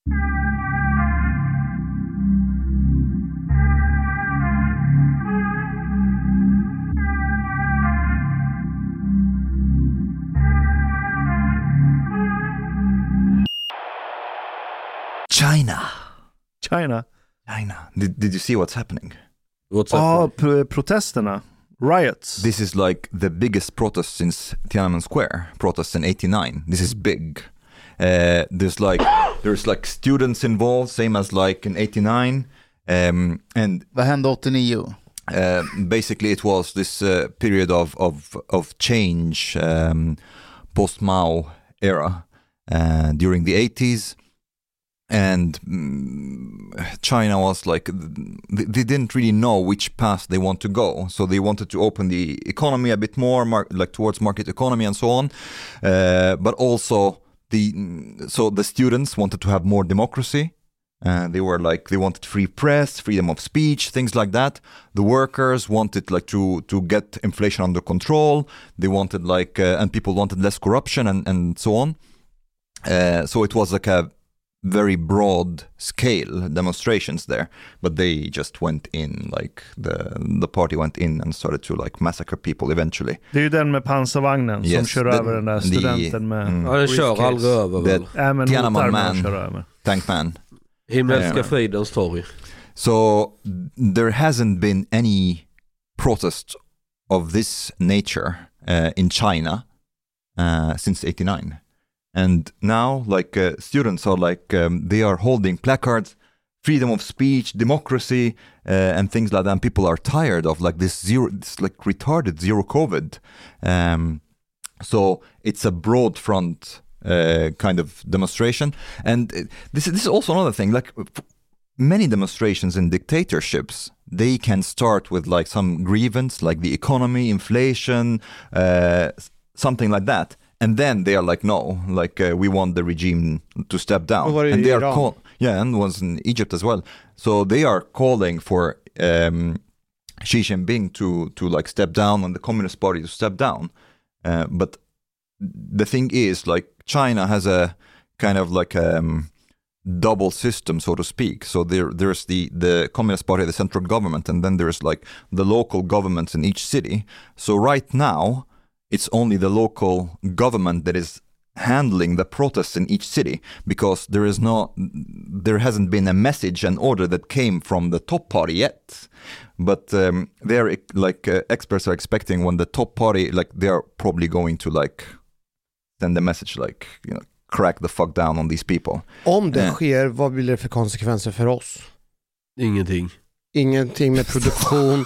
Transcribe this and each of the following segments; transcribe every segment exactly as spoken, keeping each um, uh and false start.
China. China. China. Did, did you see what's happening? What's Ja, happening? pr- protesterna. Riots. This is like the biggest protest since Tiananmen Square protests in eighty-nine. This is big. Uh, there's like there's like students involved, same as like in eighty-nine. Um, and Vad hände åttionio? uh, basically it was this uh, period of of of change, um, post Mao era uh, during the eighties. And mm, China was like, they didn't really know which path they want to go. So they wanted to open the economy a bit more, mar- like towards market economy and so on. Uh, but also the, so the students wanted to have more democracy. Uh, they were like, they wanted free press, freedom of speech, things like that. The workers wanted like to, to get inflation under control. They wanted like, uh, and people wanted less corruption and, and so on. Uh, so it was like a very broad scale demonstrations there, but they just went in, like the the party went in and started to like massacre people eventually. Det är ju den med pansarvagnen som Yes, kör the- över den där the- studenten med mm. Ja, den kör briefcase. aldrig över väl? The Äh, men Tiananmen motarmen Man. kör över. Tankman. Himmelska Yeah. fridens torg. So there hasn't been any protest of this nature uh, in China uh, since eighty-nine. And now, like, uh, students are like, um, they are holding placards, freedom of speech, democracy, uh, and things like that. And people are tired of like this zero, this like retarded zero COVID. Um, so it's a broad front uh, kind of demonstration. And uh, this, this is also another thing, like f- many demonstrations in dictatorships, they can start with like some grievance, like the economy, inflation, uh, something like that. And then they are like, no, like uh, we want the regime to step down. Och var det And i they are Iran? call- yeah, and was in Egypt as well. So they are calling for um, Xi Jinping to to like step down and the Communist Party to step down. Uh, but the thing is, like China has a kind of like a um, double system, so to speak. So there there's the the Communist Party, the central government, and then there's like the local governments in each city. So right now, it's only the local government that is handling the protests in each city, because there is no, there hasn't been a message and order that came from the top party yet. But um, they're like uh, experts are expecting when the top party, like they are probably going to like send a message like, you know, crack the fuck down on these people. Om det Eh. sker, vad blir det för konsekvenser för oss? Ingenting. Ingenting med produktion.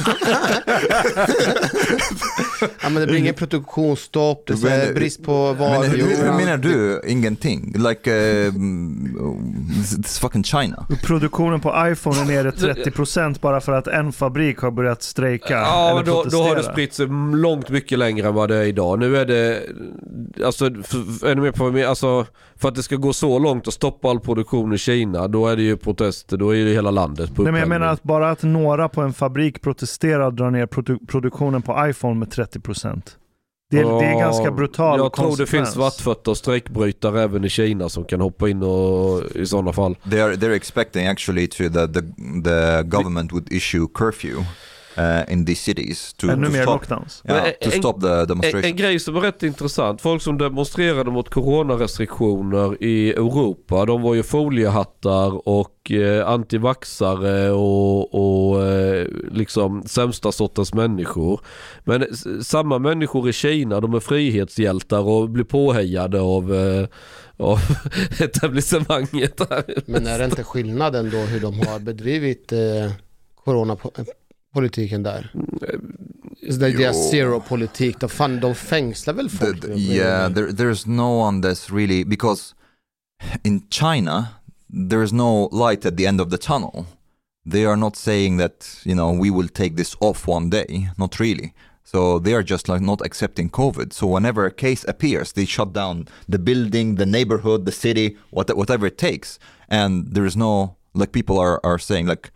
Ja, men det blir ingen produktionsstopp, det är så här brist på Men varor. hur, hur menar du ingenting? Like uh, it's, it's fucking China. Produktionen på iPhone är nere trettio procent bara för att en fabrik har börjat strejka. Ja, eller men då, då protestera. har det spritt sig långt mycket längre än vad det är idag. Nu är det, alltså, för, är ni med på, alltså, för att det ska gå så långt och stoppa all produktion i Kina, då är det ju protester, då är det hela landet på Nej, men jag upphängning. menar att bara att några på en fabrik protesterar och drar ner produ- produktionen på iPhone med trettio procent. Det, är- det är ganska brutal Jag tror det konsekvens. finns svartfötter och strejkbrytare även i Kina som kan hoppa in och, i sådana fall. They are they're expecting actually to the the, the government would issue curfew uh, in these cities to, Ännu to mer stop, lockdowns. yeah, Men to en- stop the En, demonstration. en grej som är rätt intressant, folk som demonstrerade mot coronarestriktioner i Europa, de var ju foliehattar och eh, antivaxare och, och eh, liksom sämsta sortens människor. Men s- samma människor i Kina, de är frihetshjältar och blir påhejade av, eh, av etablissemanget där. Men är det inte skillnaden då hur de har bedrivit eh, coronapolitiken där? Så det är deras zero-politik, de, fan, de fängslar väl The- folk? the- nu? yeah, there, there's no one that's really, because in China there is no light at the end of the tunnel. They are not saying that, you know, we will take this off one day, not really. So they are just like not accepting COVID. So whenever a case appears, they shut down the building, the neighborhood, the city, what, whatever it takes. And there is no, like people are, are saying like,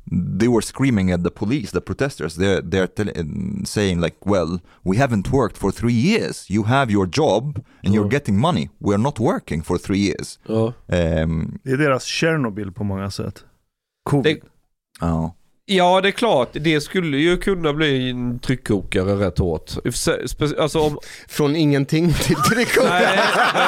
they were screaming at the police, the protesters. They're they're tell- saying like, well, we haven't worked for three years. You have your job and Ja. you're getting money. We're not working for three years. Ja. Um, Det är deras Tjernobyl på många sätt. Covid. Det- oh. Ja, det är klart. Det skulle ju kunna bli en tryckkokare rätt hårt. Spe- Alltså om... Från ingenting till tryckkoka. Nej,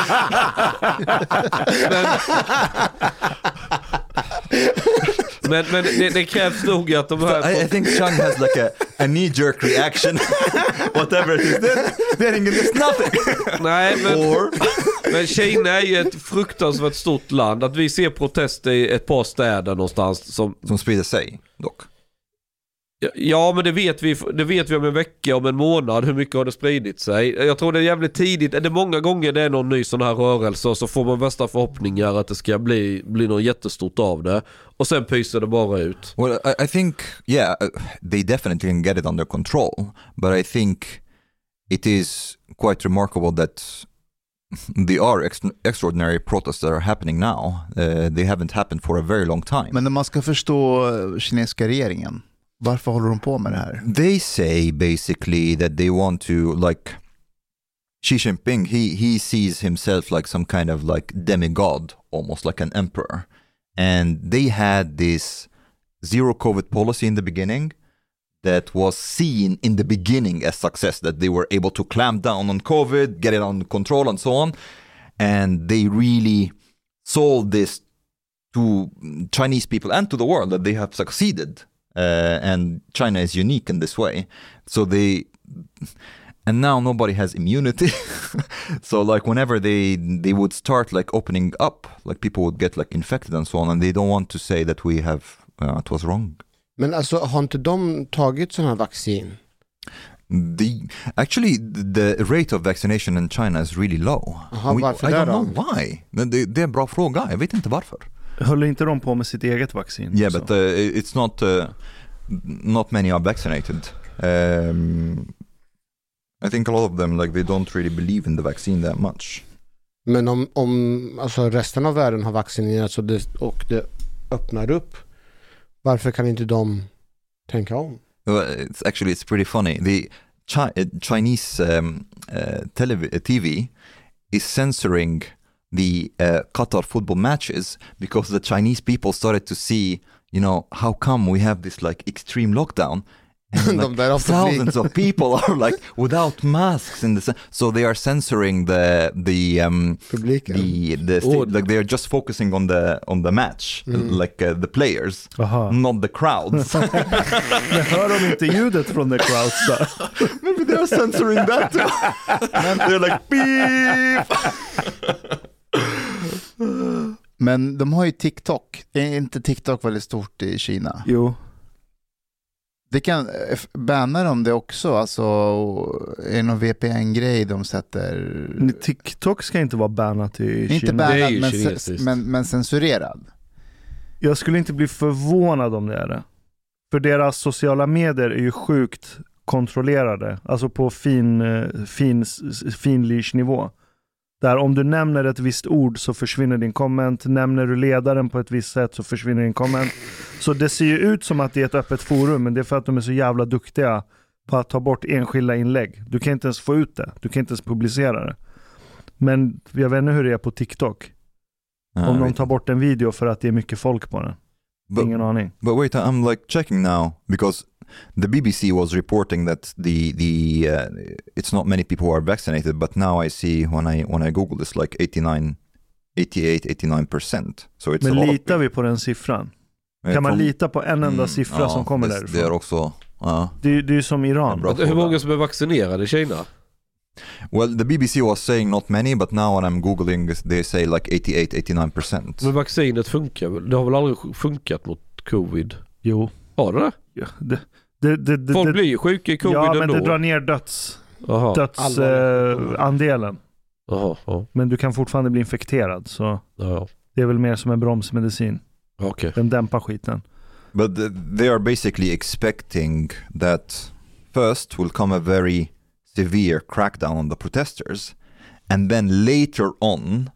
men, men, men det, det krävs nog att de här... I, I think Chang has like a, a knee-jerk reaction. Whatever it is, they're, they're thinking it's nothing. Nej, men, Or... men Kina är ju ett fruktansvärt stort land. Att vi ser protester i ett par städer någonstans som... Som sprider sig, dock. Ja, men det vet vi det vet vi om en vecka, om en månad, hur mycket har det spridit sig. Jag tror det är jävligt tidigt. Är det många gånger det är någon ny sån här rörelse, så får man värsta förhoppningar att det ska bli, bli något jättestort av det. Och sen pyser det bara ut. Well, I, I think, yeah, they definitely can get it under control. But I think it is quite remarkable that there are ex- extraordinary protests that are happening now. Uh, they haven't happened for a very long time. Men om man ska förstå kinesiska regeringen, varför håller de på med det här? They say basically that they want to, like, Xi Jinping, he, he sees himself like some kind of like demigod, almost like an emperor. And they had this zero COVID policy in the beginning that was seen in the beginning as success, that they were able to clamp down on COVID, get it under control and so on. And they really sold this to Chinese people and to the world that they have succeeded. Uh, and China is unique in this way. So they, and now nobody has immunity. So like whenever they they would start like opening up, like people would get like infected and so on, and they don't want to say that we have, uh, it was wrong. Men alltså har inte de tagit sån här vaccin? The actually the rate of vaccination in China is really low. Aha, We- varför I det don't då? know why. Det, det är en bra fråga, jag vet inte varför. Höll inte de på med sitt eget vaccin? Yeah, också? but uh, it's not uh, not many are vaccinated. Um, I think a lot of them, like, they don't really believe in the vaccine that much. Men om, om alltså resten av världen har vaccinerats och det, och det öppnar upp, varför kan inte de tänka om? Well, it's actually it's pretty funny. The Chi- uh, Chinese um, uh, telev- uh, T V is censoring the uh, Qatar football matches because the Chinese people started to see, you know, how come we have this like extreme lockdown? And, De like, där har publik. thousands of people are like without masks in the ce- so they are censoring the the um Publiken. the the sta- Oh. like they are just focusing on the on the match, like uh, the players, Aha. not the crowds. Men hör de inte ljudet från the crowds där? Maybe they're censoring that too. They're like beep. Men de har ju TikTok. Är inte TikTok väldigt stort i Kina? Jo. Det kan, bannar de det också? Alltså, är det någon V P N-grej de sätter? TikTok ska inte vara bannat i Inte Kina. Det är bannad, ju men, kinesiskt. men, men censurerad. Jag skulle inte bli förvånad om det är det. För deras sociala medier är ju sjukt kontrollerade. Alltså på fin, eh, fin, finleash-nivå. Där om du nämner ett visst ord så försvinner din comment. Nämner du ledaren på ett visst sätt så försvinner din comment. Så det ser ju ut som att det är ett öppet forum, men det är för att de är så jävla duktiga på att ta bort enskilda inlägg. Du kan inte ens få ut det. Du kan inte ens publicera det. Men jag vet inte hur det är på TikTok. Om de tar bort en video för att det är mycket folk på den. But, Ingen aning. but wait, I'm like checking now because the B B C was reporting that the the uh, it's not many people who are vaccinated, but now I see when I when I Google this like eighty-nine, eighty-eight, eighty-nine percent. So it's Men a lot litar of vi på den siffran? people. Kan man From- lita på en enda Mm, siffra ja, som kommer det- därifrån? Det är också, ja. Det, är- det är ju som Iran. Bra. Hur många som är vaccinerade i Kina? Well, the B B C was saying not many, but now when I'm googling, they say like eighty-eight, eighty-nine percent. Men vaccinet funkar väl? Det har väl aldrig funkat mot covid? Jo. Har det det? Ja, det, det, det, det, Folk det, blir ju sjuka i covid ja, men ändå. det drar ner döds, Jaha. dödsandelen. Eh, andelen. Jaha, ja. Men du kan fortfarande bli infekterad. Så Ja, det är väl mer som en bromsmedicin. okej. Den dämpar skiten. But th- they are basically expecting that first will come a very severe crackdown on the protesters, and then later on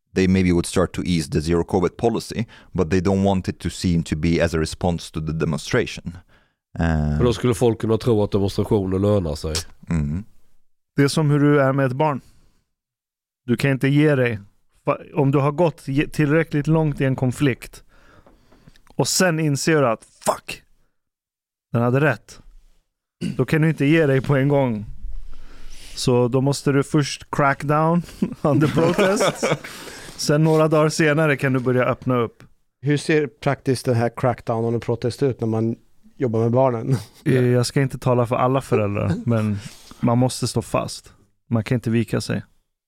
they maybe would start to ease the zero COVID policy, but they don't want it to seem to be as a response to the demonstration. Uh, För då skulle folk kunna tro att demonstrationer lönar sig. mm. Det är som hur du är med ett barn. Du kan inte ge dig. Om du har gått tillräckligt långt i en konflikt och sen inser du att fuck, den hade rätt. Då kan du inte ge dig på en gång. Så då måste du först crack down on the protest. Sen några dagar senare kan du börja öppna upp. Hur ser praktiskt den här crackdown on the protest ut när man jobbar med barnen? Jag ska inte tala för alla föräldrar, men man måste stå fast. Man kan inte vika sig.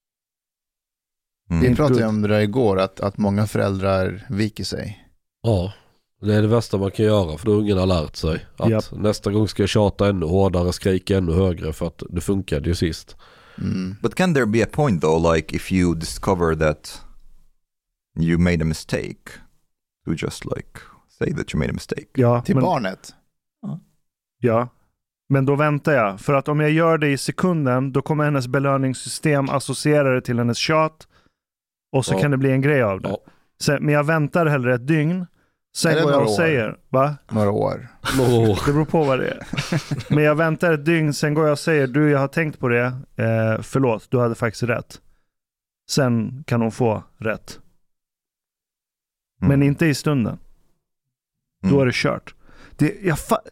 Mm. Vi pratade ju om det där igår, att, att många föräldrar viker sig. Ja, det är det värsta man kan göra, för då ungen har lärt sig att Yep. nästa gång ska jag tjata ännu hårdare, skrika ännu högre, för att det funkade ju sist. Mm. But can there be a point though, like if you discover that you made a mistake, to just like say that you made a mistake? Ja, Till men, barnet? ja, men då väntar jag. För att om jag gör det i sekunden, då kommer hennes belöningssystem associera det till hennes tjat. Och så Ja. kan det bli en grej av det. Ja. Sen, men jag väntar hellre ett dygn. Sen Eller går jag några och år. säger, va? Några år. Oh. Det beror på vad det är. Men jag väntar ett dygn, sen går jag och säger, du, jag har tänkt på det. Eh, förlåt, du hade faktiskt rätt. Sen kan hon få rätt. Mm. Men inte i stunden. Mm. Då är det kört. Det, jag fa-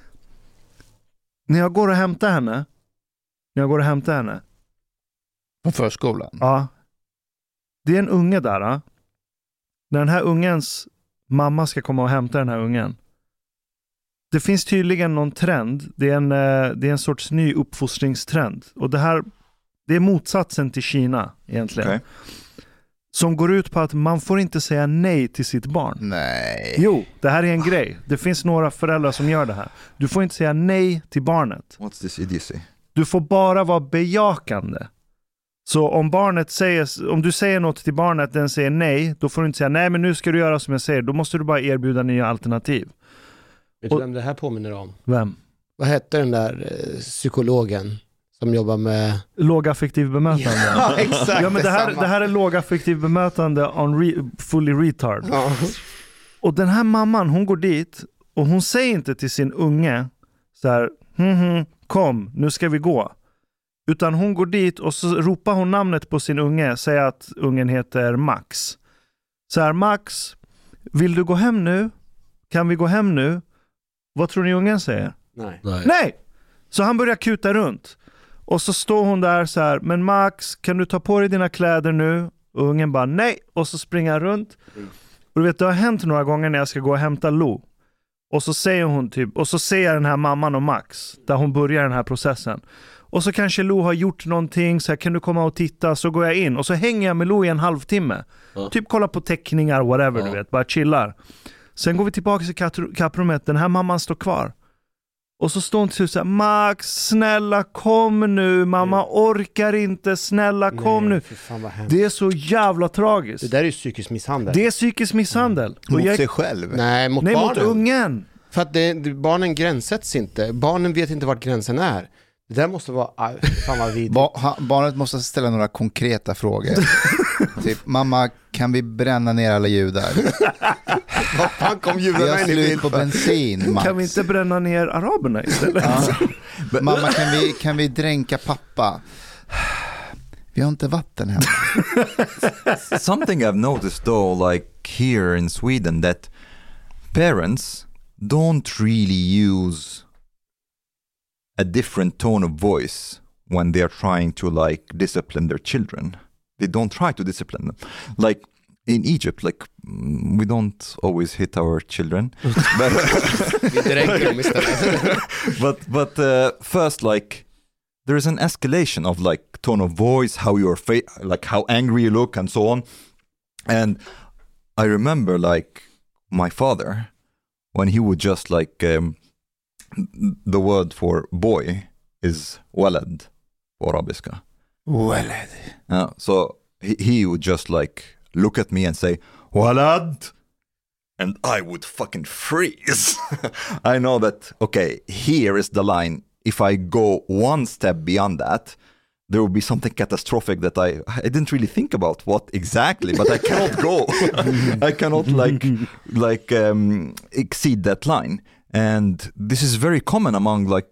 när jag går och hämtar henne, när jag går och hämtar henne, På förskolan? ja, det är en unge där. Ja. När den här ungens mamma ska komma och hämta den här ungen. Det finns tydligen någon trend. Det är en, eh, det är en sorts ny uppfostringstrend. Och det här, det är motsatsen till Kina egentligen. Okej. Som går ut på att man får inte säga nej till sitt barn. Nej. Jo, det här är en grej. Det finns några föräldrar som gör det här. Du får inte säga nej till barnet. What's this idiocy? Du får bara vara bejakande. Så om barnet säger, om du säger något till barnet, den säger nej, då får du inte säga nej, men nu ska du göra som jag säger. Då måste du bara erbjuda nya alternativ. Vet du Och- vem det här påminner om? Vem? Vad hette den där eh, psykologen som jobbar med... Lågaffektiv bemötande. Ja, exakt. Ja, men det här, samma. det här är lågaffektiv bemötande on re, fully retard. Ja. Och den här mamman, hon går dit och hon säger inte till sin unge så här, hm, hm, kom, nu ska vi gå. Utan hon går dit och så ropar hon namnet på sin unge, säger att ungen heter Max. Så här, Max, vill du gå hem nu? Kan vi gå hem nu? Vad tror ni ungen säger? Nej. Nej. Nej! Så han börjar kuta runt. Och så står hon där så här, men Max, kan du ta på dig dina kläder nu? Och ungen bara, nej. Och så springer han runt. Mm. Och du vet, det har hänt några gånger när jag ska gå och hämta Lo. Och så säger hon typ, och så ser jag den här mamman och Max, där hon börjar den här processen. Och så kanske Lo har gjort någonting, så här, kan du komma och titta? Så går jag in och så hänger jag med Lo i en halvtimme. Ja. Typ kolla på teckningar, whatever, Ja. du vet, bara chillar. Sen går vi tillbaka till katt- kapprummet, den här mamman står kvar. Och så står hon till så här, Max, snälla kom nu, mamma Mm. orkar inte, snälla kom Nej, nu. fy fan vad hemskt. Det är så jävla tragiskt. Det där är ju psykisk misshandel. Det är psykisk misshandel. Och Mot jag, sig själv? Nej, mot nej, mot barnen. ungen. För att det, det, barnen gränssätts inte. Barnen vet inte vart gränsen är. Det där måste vara... Aj, fan vad vidrigt. Ba- ha, barnet måste ställa några konkreta frågor. Typ, mamma, kan vi bränna ner alla judar? Vad fan kom Vi judarna har in i slut bild på för? bensin, Max. Kan vi inte bränna ner araberna istället? Ja. Mamma, kan vi, kan vi dränka pappa? Vi har inte vatten hemma. Something I've noticed though, like here in Sweden, that parents don't really use a different tone of voice when they are trying to like discipline their children. They don't try to discipline them. Like in Egypt, like mm, we don't always hit our children. but Vi dränker dem istället. but but uh, first, like there is an escalation of like tone of voice, how you're fa- like how angry you look, and so on. And I remember like my father when he would just like um, the word for boy is walad på arabiska. Walad. Uh, so he, he would just like look at me and say walad, and I would fucking freeze. I know that, okay, here is the line. If I go one step beyond that, there will be something catastrophic that I I didn't really think about what exactly, but I cannot go. I cannot like like um, exceed that line. And this is very common among like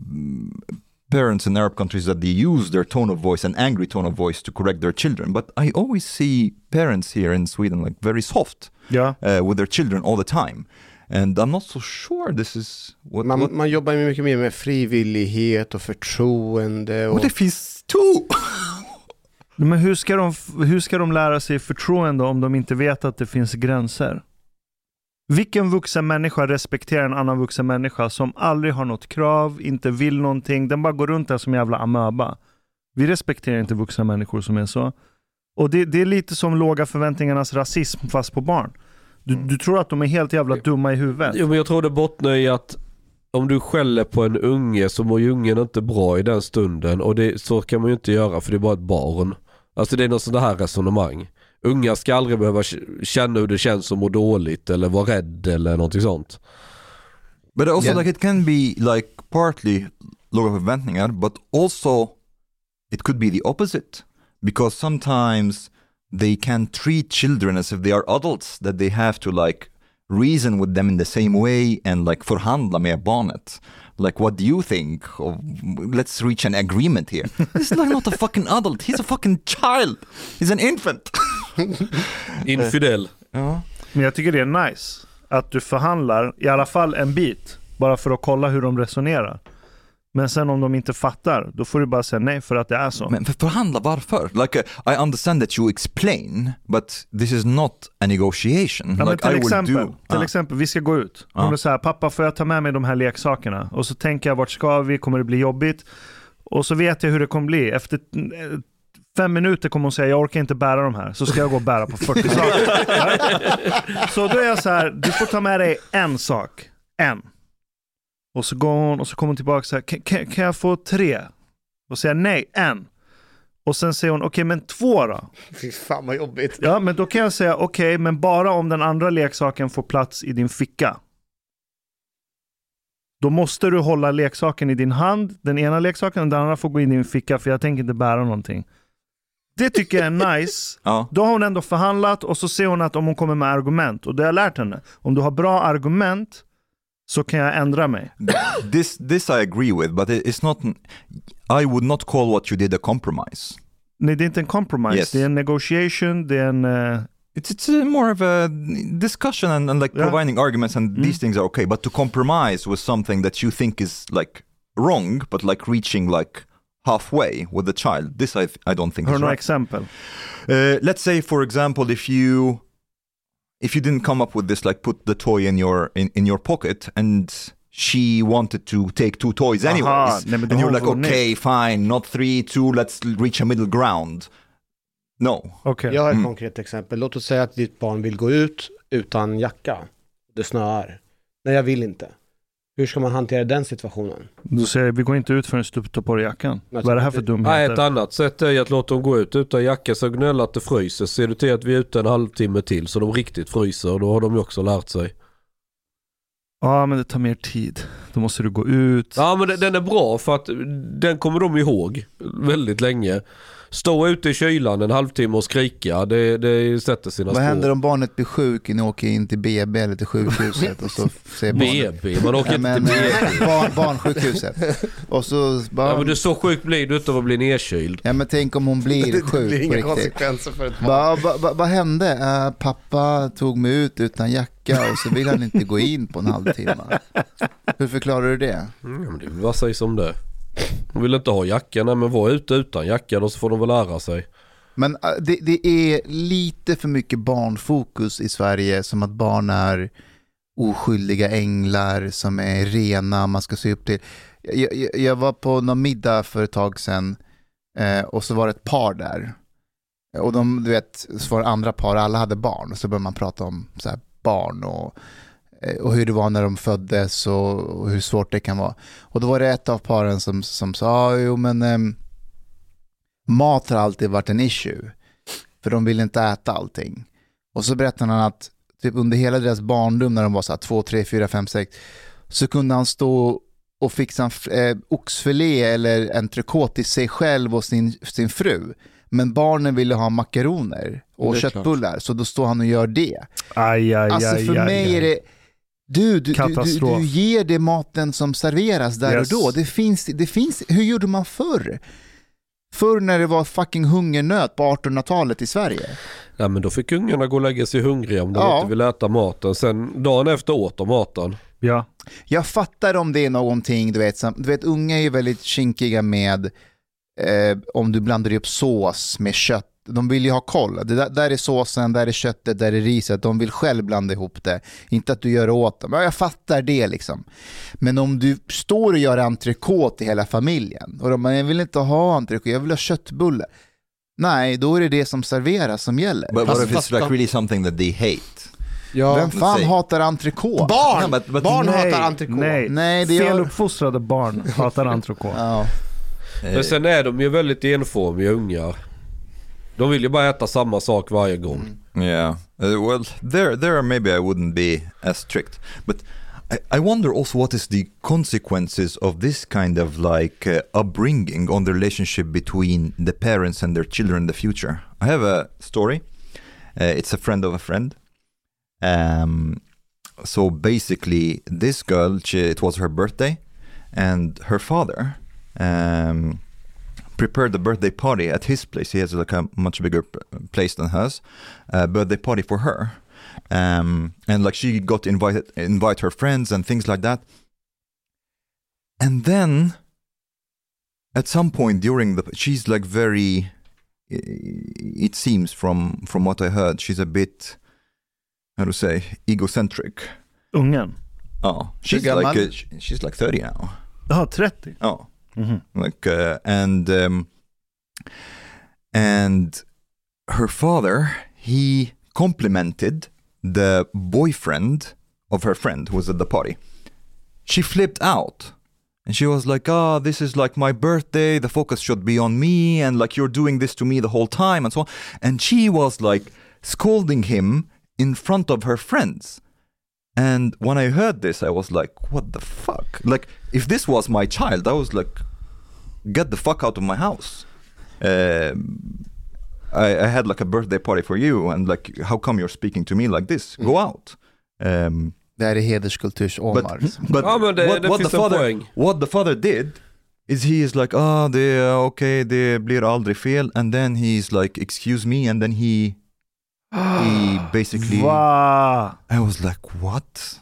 parents in Arab countries, that they use their tone of voice, an angry tone of voice, to correct their children. But I always see parents here in Sweden like very soft Ja. uh, with their children all the time. And I'm not so sure this is what... Man, what, man jobbar ju mycket mer med frivillighet och förtroende. Och... what if he's two? Men hur ska, de, hur ska de lära sig förtroende om de inte vet att det finns gränser? Vilken vuxen människa respekterar en annan vuxen människa som aldrig har något krav, inte vill någonting, den bara går runt där som jävla amöba. Vi respekterar inte vuxna människor som är så. Och det, det är lite som låga förväntningarnas rasism fast på barn. Du, du tror att de är helt jävla dumma i huvudet. Jo, men jag tror det bottnar i att om du skäller på en unge så mår ju ungen inte bra i den stunden. Och det, så kan man ju inte göra, för det är bara ett barn. Alltså det är något sånt här resonemang. Unga ska aldrig behöva känna hur det känns att må dåligt eller vara rädd eller någonting sånt. But also Yeah. like it can be like partly låga förväntningar, but also it could be the opposite. Because sometimes they can treat children as if they are adults, that they have to like reason with them in the same way and like förhandla med barnet. Like, what do you think? Of, let's reach an agreement here. This is like not a fucking adult. He's a fucking child. He's an infant. Infidel. Ja. Men jag tycker det är nice att du förhandlar i alla fall en bit, bara för att kolla hur de resonerar. Men sen om de inte fattar, då får du bara säga nej för att det är så. Men för förhandla varför? Like uh, I understand that you explain, but this is not a negotiation. Ja, men like till I exempel, will do. till Ah. exempel, vi ska gå ut. Ja. Om du säger, pappa får jag ta med mig de här leksakerna? Och så tänker jag, vart ska vi? Kommer det bli jobbigt? Och så vet jag hur det kommer bli. Efter eh, fem minuter kommer hon säga, jag orkar inte bära de här. Så ska jag gå och bära på fyrtio saker. Ja. Så då är jag så här, du får ta med dig en sak. En. Och så går hon och så kommer hon tillbaka så här, kan, kan, kan jag få tre? Och säger nej, en. Och sen säger hon, okej, okay, men två då? Fy fan vad jobbigt. Ja, men då kan jag säga, okej, okay, men bara om den andra leksaken får plats i din ficka. Då måste du hålla leksaken i din hand, den ena leksaken, och den andra får gå in i din ficka, för jag tänker inte bära någonting. Det tycker jag är nice. Ja. Då har hon ändå förhandlat, och så ser hon att om hon kommer med argument, och det har jag lärt henne, om du har bra argument så kan jag ändra mig. This this I agree with, but it- it's not. I would not call what you did a compromise. Nej, det är inte en compromise, Yes. det är en negotiation, det är en... Uh, It's it's uh, more of a discussion and, and like Yeah. providing arguments, and Mm. these things are okay. But to compromise with something that you think is like wrong, but like reaching like halfway with the child, this I I don't think har is du några right. exempel? Uh, let's say, for example, if you if you didn't come up with this, like put the toy in your in, in your pocket, and she wanted to take two toys Aha, anyways, nej, men då and har you're hon like, vunnit. okay, fine, not three, two, let's reach a middle ground. No. Okej. Jag har ett Mm. konkret exempel. Låt oss säga att ditt barn vill gå ut utan jacka. Det snöar. Nej, jag vill inte. Hur ska man hantera den situationen? Då säger jag, vi går inte ut förrän du tar på dig jackan. Vad är det här för Nej, dumheter? ett annat sätt är att låta dem gå ut utan jacka, så gnälla att det fryser. Ser du till att vi är ute en halvtimme till så de riktigt fryser, och då har de ju också lärt sig. Ja, men det tar mer tid. Då måste du gå ut. Ja, men det- den är bra för att den kommer de ihåg väldigt länge. Stå ute i kylan en halvtimme och skrika, det, det sätter sina Vad spår. händer om barnet blir sjuk och ni åker in till B B eller till sjukhuset och så säger barnet... B B, man åker Ja, inte men, till B B. barn, barnsjukhuset. Och så bara... Ja, men du, så sjuk blir du inte av att bli nedkyld. Ja, men tänk om hon blir sjuk på riktigt. konsekvenser för ett barn. Vad va, va, vad hände? Uh, pappa tog mig ut utan jacka och så vill han inte gå in på en halvtimme. Hur förklarar du det? Mm, men det, vad sägs om det? De vill inte ha jackan, nej, men var ute utan jacka, då så får de väl lära sig. Men uh, det, det är lite för mycket barnfokus i Sverige, som att barn är oskyldiga änglar som är rena, man ska se upp till. Jag, jag, jag var på någon middag för ett tag sedan eh, och så var det ett par där. Och de, du vet, så var det andra par, alla hade barn, och så började man prata om så här, barn och och hur det var när de föddes och, och hur svårt det kan vara. Och då var det ett av paren som, som sa, jo men äm, mat har alltid varit en issue. För de vill inte äta allting. Och så berättade han att typ under hela deras barndom, när de var så här två, tre, fyra, fem, sex, så kunde han stå och fixa en eh, oxfilé eller entrecote till sig själv och sin, sin fru. Men barnen ville ha makaroner och köttbullar, klart. Så då står han och gör det. Aj, aj, alltså för aj, mig aj. är det du, du, du, du, du ger det maten som serveras där yes. och då. Det finns, det finns, hur gjorde man förr? Förr när det var fucking hungernöt på artonhundratalet i Sverige. Ja, men då fick ungarna gå och lägga sig hungriga om de ja. inte vill äta maten. Sen dagen efter åt de maten. Ja. Jag fattar om det är någonting, du vet, som, du vet unga är ju väldigt kinkiga med eh, om du blandar upp sås med kött. De vill ju ha koll. Det där, där är såsen, där är köttet, där är riset. De vill själv blanda ihop det. Inte att du gör det åt dem. Ja, jag fattar det liksom. Men om du står och gör entrecote till hela familjen och de jag vill inte ha entrecote, jag vill ha köttbullar. Nej, då är det det som serveras som gäller. But what if it's like really something that they hate? Ja, vem fan hatar entrecote? Barn! No, but, but barn nej, hatar entrecote. Nej, nej det feluppfostrade barn hatar entrecote. Ja. Men sen är de ju väldigt enformiga ungar. De vill ju bara äta samma sak varje gång. Yeah. Uh, well, there, there maybe I wouldn't be as strict. But I, I wonder also what is the consequences of this kind of like uh, upbringing on the relationship between the parents and their children in the future. I have a story. Uh, it's a friend of a friend. Um, so basically, this girl, she, it was her birthday, and her father um, prepared a birthday party at his place. He has like a much bigger p- place than hers. A birthday party for her, um, and like she got invited, invite her friends and things like that. And then, at some point during the, she's like very. It seems from from what I heard, she's a bit. How to say, egocentric. Ungen? Oh, she's like uh, she's like thirty now. Oh, thirty. Oh, mm-hmm. like uh, and um, and her father, he complimented the boyfriend of her friend who was at the party. She flipped out, and she was like, "Ah, oh, this is like my birthday. The focus should be on me, and like you're doing this to me the whole time, and so on." And she was like scolding him in front of her friends. And when I heard this, I was like, what the fuck? Like, if this was my child, I was like, get the fuck out of my house. Uh, I, I had like a birthday party for you, and like, how come you're speaking to me like this? Go out. Um, det är hederskulturs Omar. But, but ja, men det, what, det what, finns the en father, poäng. what the father did is he is like, ah, oh, det okej, okay, det blir aldrig fel. And then he's like, excuse me, and then he... He basically Va? I was like, what?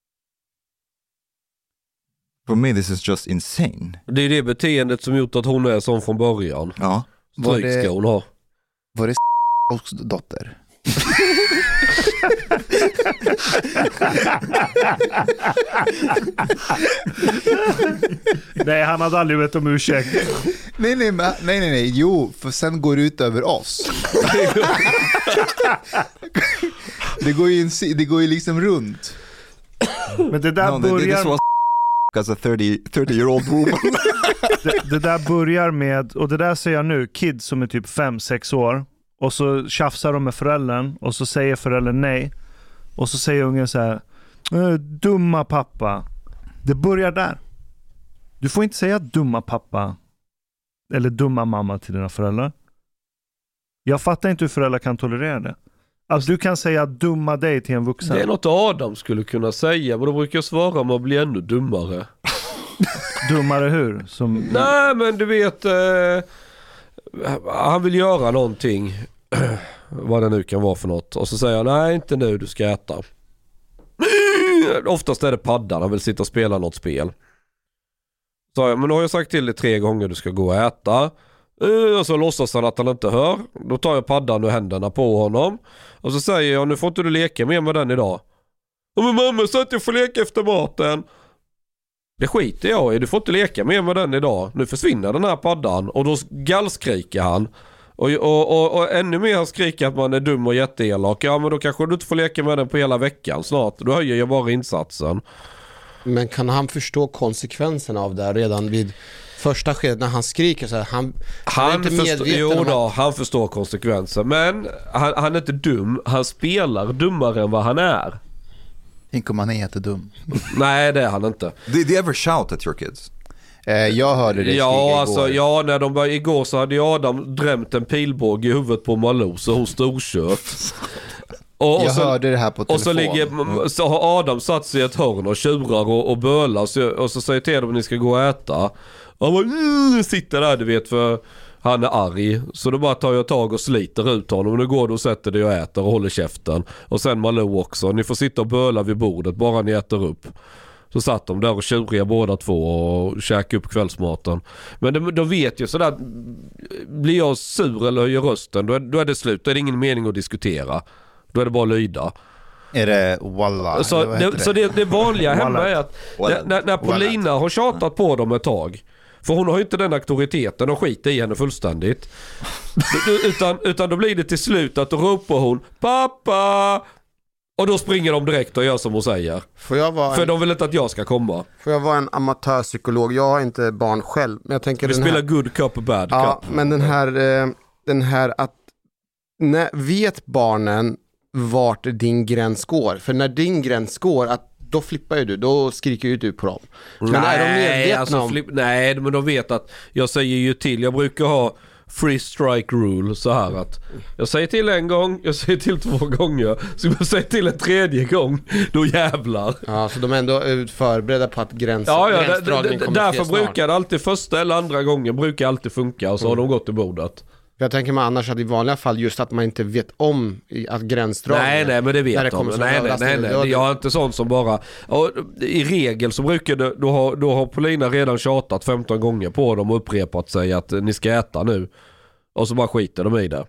For me this is just insane. Det är det beteendet som gjort att hon är som från början. Ja. Stryk ska hon ha. Var det också dotter? Nej, han hade aldrig bett om ursäkt. nej, nej, nej, nej, nej, jo, för sen går det ut över oss. det går ju en, det går ju liksom runt. Men det där no, börjar was as a thirty year old woman. det, det där börjar med, och det där säger jag nu, kids som är typ fem sex år, och så tjafsar de med föräldern, och så säger föräldern nej, och så säger ungen så här: dumma pappa. Det börjar där. Du får inte säga dumma pappa eller dumma mamma till dina föräldrar. Jag fattar inte hur föräldrar kan tolerera det. Alltså du kan säga dumma dig till en vuxen. Det är något Adam skulle kunna säga, men då brukar jag svara om att bli ännu dummare. Dummare hur? Som... Nej, men du vet, eh, han vill göra någonting, vad det nu kan vara för något, och så säger han, nej inte nu, du ska äta. Oftast är det paddan, han vill sitta och spela något spel. Så jag, men då har jag sagt till dig tre gånger du ska gå och äta. Och så låtsas han att han inte hör. Då tar jag paddan och händerna på honom. Och så säger jag, nu får inte du leka mer med den idag. Men mamma sa att jag får leka efter maten. Det skiter jag i, du får inte leka mer med den idag. Nu försvinner den här paddan. Och då gallskriker han. Och, och, och, och ännu mer skriker att man är dum och jätteelak. Ja, men då kanske du inte får leka med den på hela veckan snart. Då höjer jag bara insatsen. Men kan han förstå konsekvenserna av det redan vid första skedet när han skriker så här? Han, han, han är inte förstår, medveten jo då, att... han förstår konsekvenser. Men han, han är inte dum. Han spelar dummare än vad han är. Tänk om han är jättedum. Nej, det är han inte. Did you ever shout at your kids? Eh, jag hörde det Ja, igår. alltså, ja, när de var igår så hade Adam drämt en pilbåge i huvudet på Malou så hon storkört. Och, och jag så, hörde det här på telefon. och så, ligger, så har Adam satt sig i ett hörn och tjurar och, och bölar så, och så säger till dem att ni ska gå och äta. Och han bara, mm, sitter där du vet för han är arg. Så då bara tar jag tag och sliter ut honom. Och nu går du och sätter dig och äter och håller käften. Och sen Malou också. Ni får sitta och böla vid bordet bara ni äter upp. Så satt de där och tjuriga båda två och käkade upp kvällsmaten. Men de, de vet ju sådär, blir jag sur eller höjer rösten, då är, då är det slut. Då är det ingen mening att diskutera. Då är det bara att lyda. Är det Walla? Så det, det? Så det, det vanliga hemma är att när, när, när Paulina har tjatat på dem ett tag, för hon har ju inte den auktoriteten och skiter i henne fullständigt. utan, utan då blir det till slut att då ropar hon pappa! Och då springer de direkt och gör som hon säger. Får jag vara för en, de vill inte att jag ska komma. får jag vara en amatörpsykolog? Jag har inte barn själv. Men jag tänker Vi den spelar här, good cup och bad ja, cup. men den här, eh, den här att när, vet barnen vart din gräns går? För när din gräns går, att då flippar ju du, då skriker ju du på dem. Men är de medvetna alltså, om... flipp, nej, men de vet att jag säger ju till, jag brukar ha free strike rule så här att jag säger till en gång, jag säger till två gånger, så jag säger till en tredje gång, då jävlar. Ja, så de är ändå förberedda på att gräns, Ja, ja, gränsdragningen d- d- kommer därför ske snart. brukar det alltid första eller andra gången brukar alltid funka och så Mm. har de gått till bordet. Jag tänker mig annars att i vanliga fall just att man inte vet om i- att gränsdragningen... Nej, nej, men det När vet det de. kommer som Nej, nej, överraskning. nej, nej. Ja, det- Jag är inte sån som bara... Och i regel så brukar det... Då har, då har Paulina redan tjatat femton gånger på dem och upprepat sig att ni ska äta nu. Och så bara skiter de i det.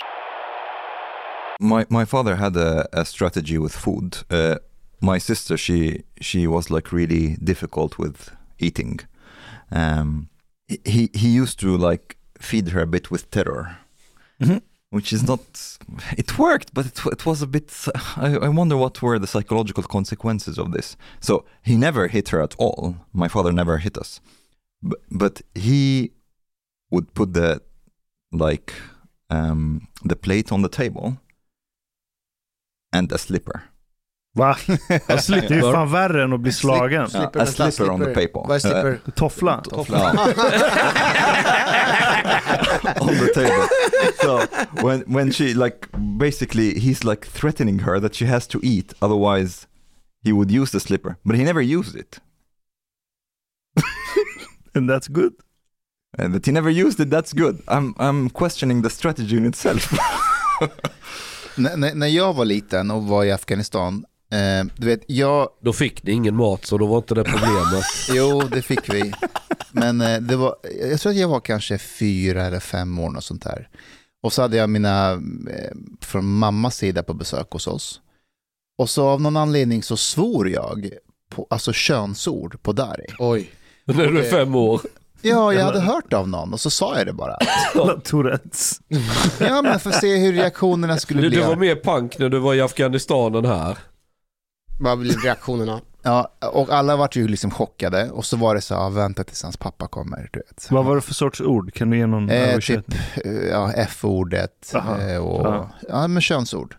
My my father had a, a strategy with food. Uh, my sister, she she was like really difficult with eating. Um, he he used to like feed her a bit with terror, Mhm. which is not. It worked, but it it was a bit. I, I wonder what were the psychological consequences of this. So he never hit her at all. My father never hit us, but, but he would put the like um, the plate on the table. And a slipper. Va? Jag Det är slipper. fan värre än att bli slagen. Slipper, a vänta, slipper on the slipper. paper. Vad är slipper? Toffla. Toffla. On the table. So when when she like basically he's like threatening her that she has to eat, otherwise he would use the slipper, but he never used it. And that's good. And that he never used it, that's good. I'm I'm questioning the strategy in itself. N- n- när jag var liten och var i Afghanistan, eh, du vet, jag... Då fick ni ingen mat så då var inte det problemet. Jo, det fick vi. Men eh, det var, jag tror att jag var kanske fyra eller fem år och sånt där. Och så hade jag mina eh, från mammas sida på besök hos oss. Och så av någon anledning så svor jag på, alltså könsord på dari. Oj. När du är fem år. Ja, jag hade hört av någon och så sa jag det bara. Alla Tourettes. Ja, men för att se hur reaktionerna skulle Du, bli. du var mer punk när du var i Afghanistan än här. Vad blir reaktionerna? Ja, och alla var ju liksom chockade. Och så var det så, ja, vänta tills hans pappa kommer, du vet. Vad var det för sorts ord? Kan du ge någon Eh, översättning? typ, eh, ja, F-ordet Aha. eh, och Ja. ja, men könsord.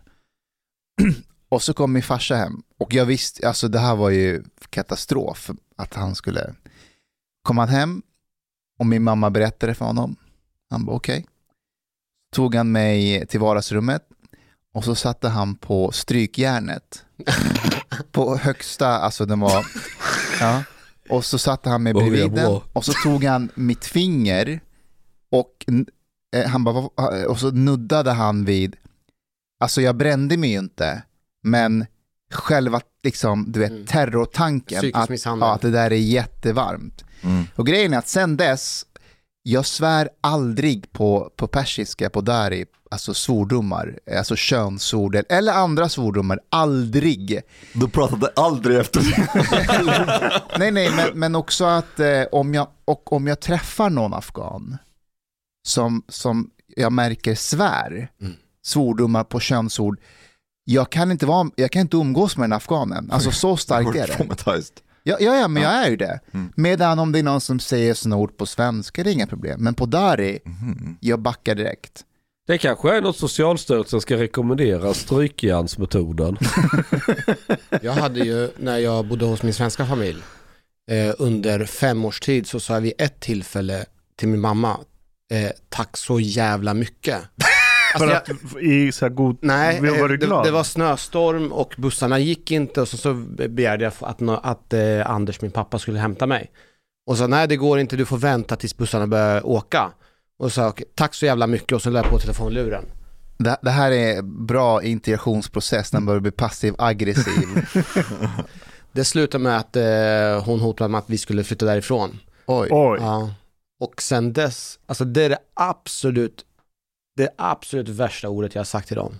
Och så kom min farsa hem. Och jag visste, alltså det här var ju katastrof att han skulle komma hem. Och min mamma berättade för honom. Han bara okej. Okay. Tog han mig till vardagsrummet. Och så satte han på strykjärnet. På högsta, alltså den var... Ja. Och så satte han mig Oh, bredvid ja, den. bra. Och så tog han mitt finger. Och eh, han bara, vad- och så nuddade han vid... Alltså jag brände mig ju inte. Men själva liksom, du vet, Mm. terrortanken. Psykisk Att, misshandel. ja, att det där är jättevarmt. Mm. Och grejen är att sen dess, jag svär aldrig på, på persiska, på dari, alltså svordomar, alltså könsord eller andra svordomar, aldrig. Du pratade aldrig efter det. Nej, nej, men, men också att eh, om, jag, och om jag träffar någon afghan som, som jag märker svär, Mm. svordomar på könsord, jag kan inte vara, jag kan inte umgås med den afghanen. Alltså så starkt är det. Traumatized. Ja, ja, ja, men jag är ju det. Mm. Medan om det är någon som säger såna ord på svenska, det är inga problem. Men på dari, Mhm. jag backar direkt. Det kanske är något Socialstyrelsen ska rekommendera, strykjärnsmetoden. Jag hade ju, när jag bodde hos min svenska familj, eh, under fem års tid så sa jag vid ett tillfälle till min mamma, eh, tack så jävla mycket. För Alltså att jag, i så här god... Nej, var du det, glad? det var snöstorm och bussarna gick inte och så, så begärde jag att, att, att eh, Anders, min pappa, skulle hämta mig. Och så nej, det går inte, du får vänta tills bussarna börjar åka. Och så sa jag, tack så jävla mycket, och så lade jag på telefonluren. Det, det här är bra integrationsprocess när man börjar bli passiv-aggressiv. Det slutade med att eh, hon hotade med att vi skulle flytta därifrån. Oj. Oj. Ja. Och sen dess, alltså det är det absolut det absolut värsta ordet jag har sagt till dem.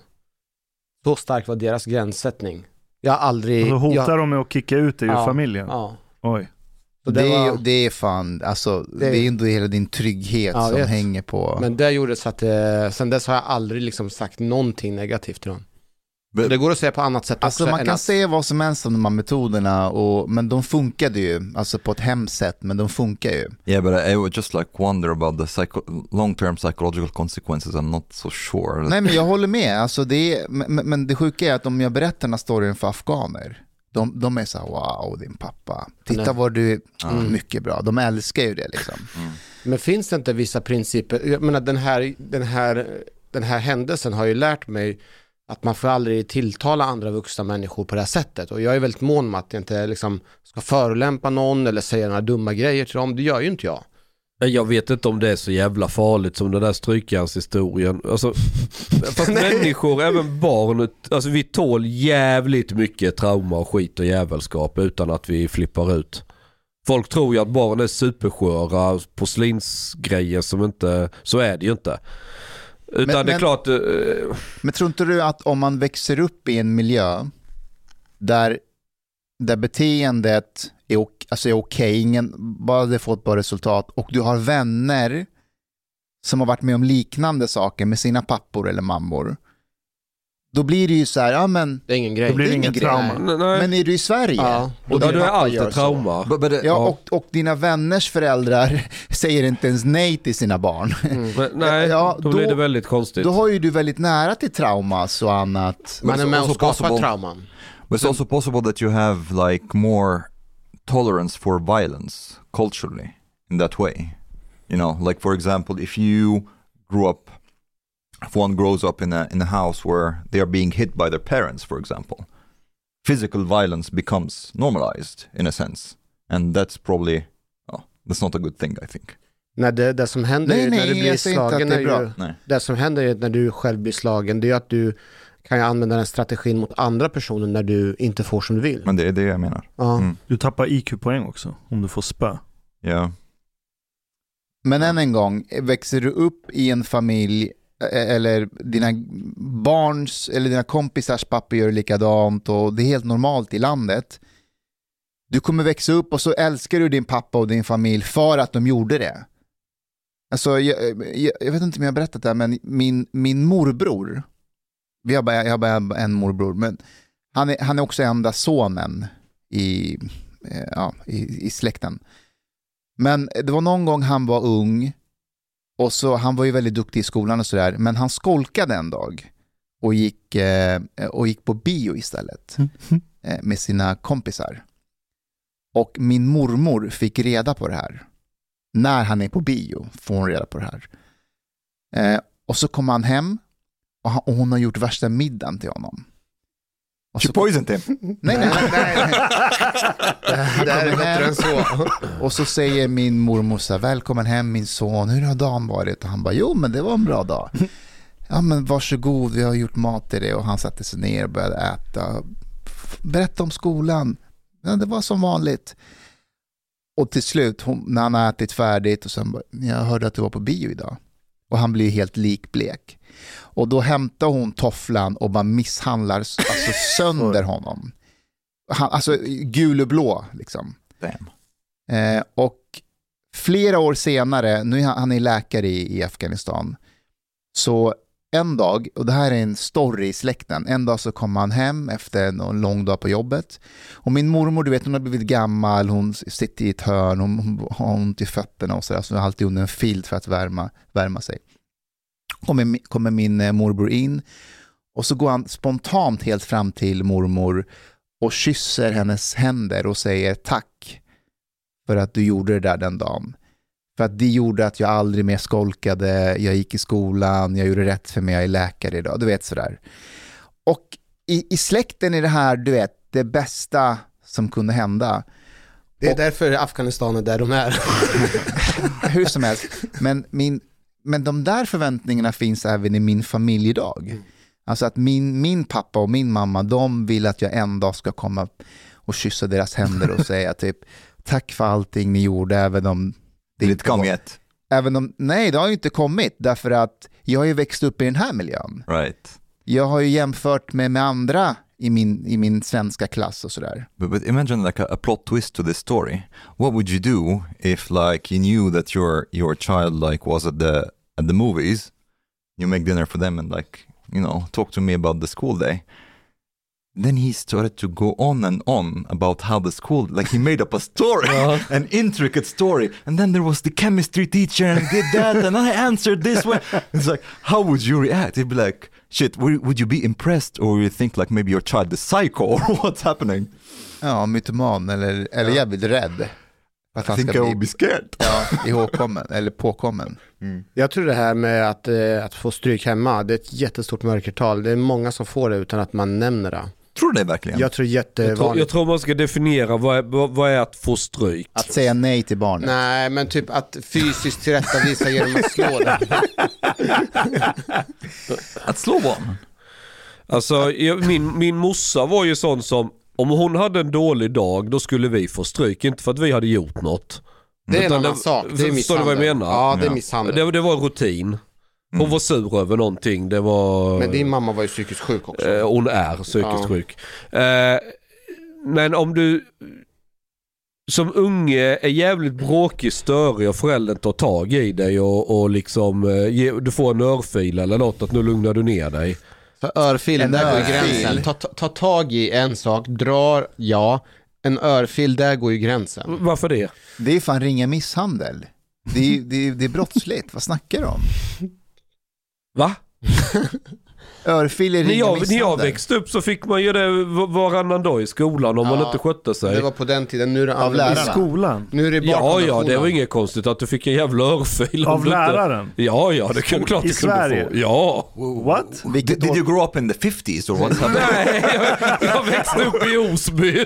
Så stark var deras gränssättning. Jag har aldrig... Och så hotar jag, de med att kicka ut dig ur ja, familjen. Ja. Oj. Så Det, det, är, var, det är fan, alltså det, Det- är ändå hela din trygghet Ja, som vet. hänger på. men det gjorde så att eh, sen dess har jag aldrig liksom sagt någonting negativt till dem. Så det går att säga på annat sätt Alltså också. man än kan att, säga vad som helst om de här metoderna, och, men de funkade ju, alltså på ett hemskt sätt, men de funkar ju. Yeah, but I, I would just like wonder about the psycho- long-term psychological consequences. I'm not so sure. Nej, men jag håller med, alltså det är, men, men det sjuka är att om jag berättar den här storyn för afghaner, de, de är så här, wow, din pappa, titta Nej. vad du, Mm. mycket bra, de älskar ju det liksom. Men finns det inte vissa principer? Jag menar, den här, den här, den här händelsen har ju lärt mig att man får aldrig tilltala andra vuxna människor på det här sättet. Och jag är väldigt mån om att jag inte liksom ska förolämpa någon eller säga några dumma grejer till dem. Det gör ju inte jag. Jag vet inte om det är så jävla farligt som den där strykjärnshistorien. Alltså, fast människor, även barn, alltså vi tål jävligt mycket trauma och skit och jävelskap utan att vi flippar ut. Folk tror ju att barn är supersköra porslinsgrejer som inte, så är det ju inte. Utan Men- det är men- klart... eh, Men tror inte du att om man växer upp i en miljö där, där beteendet är, ok, alltså är okej, ingen, bara det får ett bra resultat, och du har vänner som har varit med om liknande saker med sina pappor eller mammor, då blir det ju så här, ja men, Det är ingen grej. Då blir det det är ingen ingen trauma. nej, nej. men är du i Sverige? Ja, och ja, din du är pappa alltid gör så. trauma. But, but, uh, Ja, och, och dina vänners föräldrar säger inte ens nej till sina barn. Mm. Men, nej, Ja, då blir då- det väldigt konstigt. Då har ju du väldigt nära till traumas och annat. Man är it's med och also skapar possible- trauman. But it's also possible that you have like more tolerance for violence culturally in that way. You know, like for example, if you grew up, if one grows up in a in a house where they are being hit by their parents, for example, physical violence becomes normalized in a sense, and that's probably oh, that's not a good thing, I think. När det, det som händer Nej, är när nej, du blir jag säger inte att slagen det är är bra. ju, Nej. det som händer är när du själv blir slagen, det är att du kan ju använda den strategin mot andra personer när du inte får som du vill. Men det är det jag menar. Ja. Mm. Du tappar I Q-poäng också om du får spö. Yeah. Men än en gång, växer du upp i en familj eh, eller dina barns eller dina kompisars pappa gör likadant och det är helt normalt i landet, du kommer växa upp och så älskar du din pappa och din familj för att de gjorde det. Alltså, jag, jag, jag vet inte om jag har berättat det här, men min, min morbror, vi har bara, jag har bara en morbror, men han är, han är också enda sonen i, eh, ja, i, i släkten. Men det var någon gång han var ung och så han var ju väldigt duktig i skolan och sådär, men han skolkade en dag och gick, eh, och gick på bio istället eh, med sina kompisar. Och min mormor fick reda på det här. När han är på bio får hon reda på det här. Eh, och så kom han hem och, han, och hon har gjort värsta middagen till honom. Och She så, poisoned him. nej, nej, nej, nej. Det här är bättre hem. än så. Och så säger min mormor så här, välkommen hem min son, hur har dagen varit? Och han bara, jo men det var en bra dag. Ja men varsågod, vi har gjort mat till det. Och han satte sig ner och började äta. Berätta om skolan. Ja, det var som vanligt. Och till slut, hon, när han har ätit färdigt och sen bara, jag hörde att du var på bio idag. Och han blir helt likblek. Och då hämtar hon tofflan och bara misshandlar alltså sönder honom. Han, alltså gul och blå liksom. Damn. Eh, och flera år senare, nu är han, han är läkare i, i Afghanistan, så en dag, och det här är en story i släkten, en dag så kommer han hem efter en lång dag på jobbet och min mormor, du vet, hon har blivit gammal, hon sitter i ett hörn, hon, hon har ont i fötterna och sådär, så hon har alltid under en filt för att värma, värma sig. kommer, kommer min eh, morbror in och så går han spontant helt fram till mormor och kysser hennes händer och säger tack för att du gjorde det där den dagen. För att det gjorde att jag aldrig mer skolkade, jag gick i skolan, jag gjorde rätt för mig, jag är läkare idag, du vet sådär. Och i, i släkten är det här, du vet, det bästa som kunde hända. Det är och, därför Afghanistan är där de är. hur som helst. Men, min, men de där förväntningarna finns även i min familj idag. Mm. Alltså att min, min pappa och min mamma, de vill att jag en dag ska komma och kyssa deras händer och säga typ tack för allting ni gjorde, även om det inte kom yet. Även om, nej, det har ju inte kommit, därför att jag har ju växt upp i den här miljön. Right. Jag har ju jämfört med, med andra i min, i min svenska klass och sådär. But, but imagine like a, a plot twist to this story. What would you do if like you knew that your your child like was at the at the movies, you make dinner for them and like, you know, talk to me about the school day. Then he started to go on and on about how the school, like he made up a story, uh-huh. an intricate story. And then there was the chemistry teacher and did that and I answered this way. It's like, how would you react? You'd be like, shit, would you be impressed or would you think like maybe your child is psycho or what's happening? Ja, mytoman eller, eller ja. jävligt rädd. Att han I think I would be scared. Ja, ihågkommen eller påkommen. Mm. Jag tror det här med att, eh, att få stryk hemma, det är ett jättestort mörkertal. Det är många som får det utan att man nämner det. Tror du det verkligen? Jag tror jättevanligt. Jag tror, jag tror man ska definiera vad är, vad, vad är att få stryk. Att säga nej till barnet. Nej, men typ att fysiskt tillrättavisa genom att slå den. Att slå barn? Alltså, jag, min, min morsa var ju sån som, om hon hade en dålig dag, då skulle vi få stryk. Inte för att vi hade gjort något. Det är en annan det, sak. Det är förstår du vad jag menar? Ja, det är misshandel. Det, det var rutin. Hon mm. var sur över någonting. Det var... Men din mamma var ju psykiskt sjuk också. Eh, hon är psykiskt ja. sjuk. Eh, men om du som unge är jävligt bråkig, störig och föräldern tar tag i dig och, och liksom eh, ge, du får en örfil eller något, att nu lugnar du ner dig. För örfil, en där går ju gränsen. Ta, ta, ta tag i en sak, drar, ja. En örfil, där går ju gränsen. Varför det? Det är fan ringa misshandel. Det är, det är, det är brottsligt. Vad snackar du om? Va? Örfil är ringa när jag, misshandel. när jag växte upp så fick man ju det varannan dag i skolan om ja, man inte skötte sig. Det var på den tiden. Nu är det av lärarna. I skolan? Nu är det ja, ja, det var inget konstigt att du fick en jävla örfil. Av läraren? Inte... Ja, ja, det kan klart I du Sverige? Kunde få. Ja. What? Did, did you grow up in the fifties or what? Nej, jag, jag växte upp i Osby.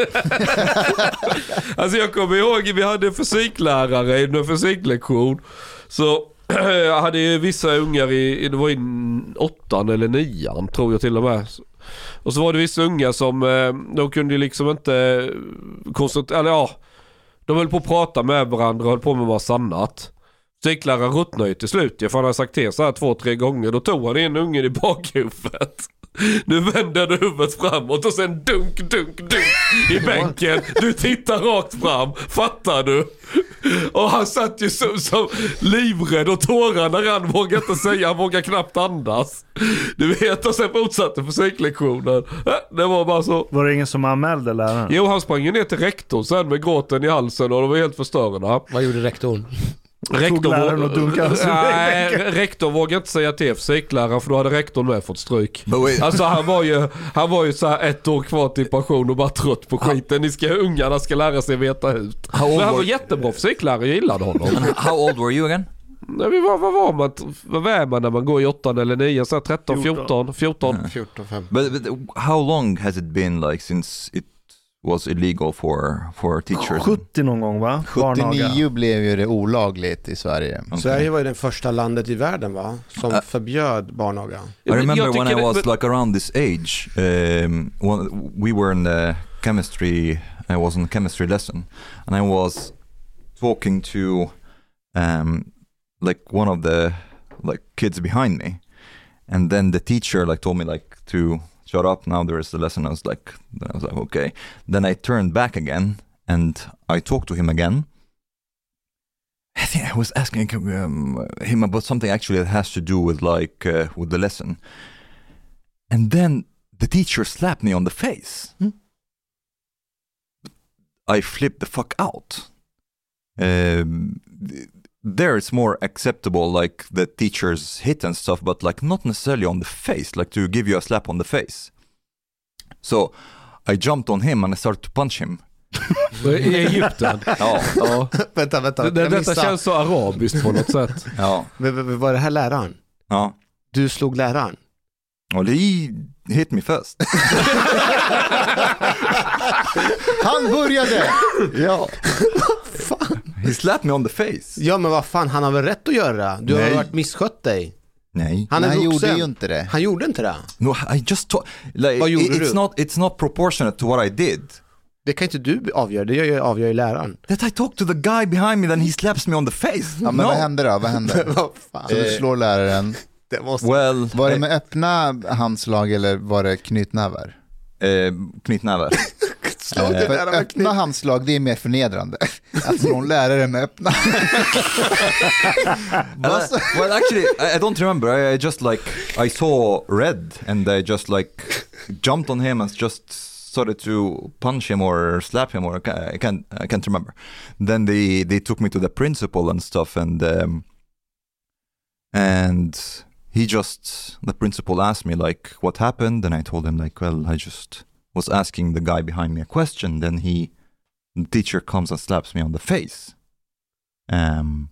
Alltså jag kommer ihåg, vi hade en fysiklärare i en fysiklektion. Så jag hade ju vissa ungar i, det var i åttan eller nian tror jag till och med. Och så var det vissa ungar som de kunde liksom inte koncentrera, eller ja, de höll på att prata med varandra och höll på med massa annat. Fysikläraren ruttnade ju till slut. Jag hade sagt till så här två, tre gånger. Då tog han en unge i bakhuvudet. Nu vänder du huvudet framåt och sen dunk, dunk, dunk i bänken. Du tittar rakt fram, fattar du? Och han satt ju som, som livrädd och tårarna rann, vågade inte säga, han vågade knappt andas. Du vet, och sen fortsatte fysiklektionen. Det var bara så. Var det ingen som anmälde läraren? Jo, han sprang ner till rektorn sen med gråten i halsen och de var helt förstörda. Vad gjorde rektorn? Rektor våg... och dunkade Nej, rektor vågade inte säga till fysikläraren för då hade rektorn med fått stryk. Alltså han var ju han var ju så här ett år kvar till pension och bara trött på skiten. Ni ska, ungarna ska lära sig veta ut. Men han var jättebra fysiklärare, jag gillade honom. How old were you again? Nej, vi var, vad var man? Vad var man när man går i åttan eller nio? Så tretton, fjorton, fjorton. Yeah. fjorton, femton. But, but how long has it been like since it was illegal for for teachers? sjuttio någon gång, va? sjuttionio blev ju det olagligt i Sverige. Okay. Sverige var ju den första landet i världen, va? Som uh, förbjöd barnaga. I remember when I was like around this age, um, when we were in the chemistry, I was in a chemistry lesson, and I was talking to um, like one of the like kids behind me, and then the teacher like told me like to shut up, now there is the lesson. I was like, then I was like, okay. Then I turned back again and I talked to him again. I think I was asking um, him about something actually that has to do with like uh, with the lesson. And then the teacher slapped me on the face. Hmm? I flipped the fuck out. Um, there it's more acceptable, like the teachers hit and stuff, but like not necessarily on the face, like to give you a slap on the face. So I jumped on him and I started to punch him. I Egypten? Ja. Ja. Vänta, vänta. Det, jag detta missade. känns så arabiskt på något sätt. Ja. V- v- Var det här läraren? Ja. Du slog läraren? Well, he hit me first. Han började! Ja. Fan. He slapped me on the face. Ja, men vad fan, han har väl rätt att göra? Du har Nej. varit misskött dig. Nej. Han är Han vuxen. gjorde ju inte det. Han gjorde inte det. No, I just thought, like, Vad gjorde it- it's du? not it's not proportionate to what I did. Det kan inte du avgöra, det gör ju- avgör ju läraren. That I talked to the guy behind me, then he slaps me on the face. Ja, men no. vad hände då? Vad hände? Vad fan. Så du slår läraren. Det måste... Well, Var det eh, med öppna handslag eller var det knytnävar? eh, knytnävar. Slå inte Eh, För läraren med kniv. öppna handslag, det är mer förnedrande. Att slå en lärare med öppna. Vad så- Uh, well, actually, I, I don't remember. I, I just like I saw red, and I just like jumped on him and just started to punch him or slap him, or I ca- I can't I can't remember. Then they they took me to the principal and stuff, and um, and he just the principal asked me like what happened, and I told him like, well, I just was asking the guy behind me a question. Then he, the teacher comes and slaps me on the face. Um.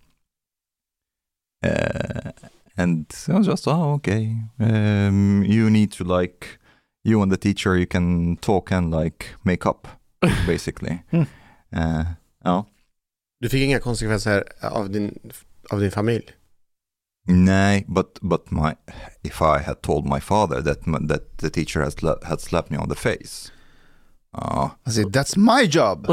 Uh, and I was just, oh, okay. Um, you need to like, you and the teacher, you can talk and like make up, basically. Mm. Uh, ja. Du fick inga konsekvenser av din, av din familj? Nej, but but my if I had told my father that m- that the teacher has sla- had slapped me on the face, uh, I said, that's my job.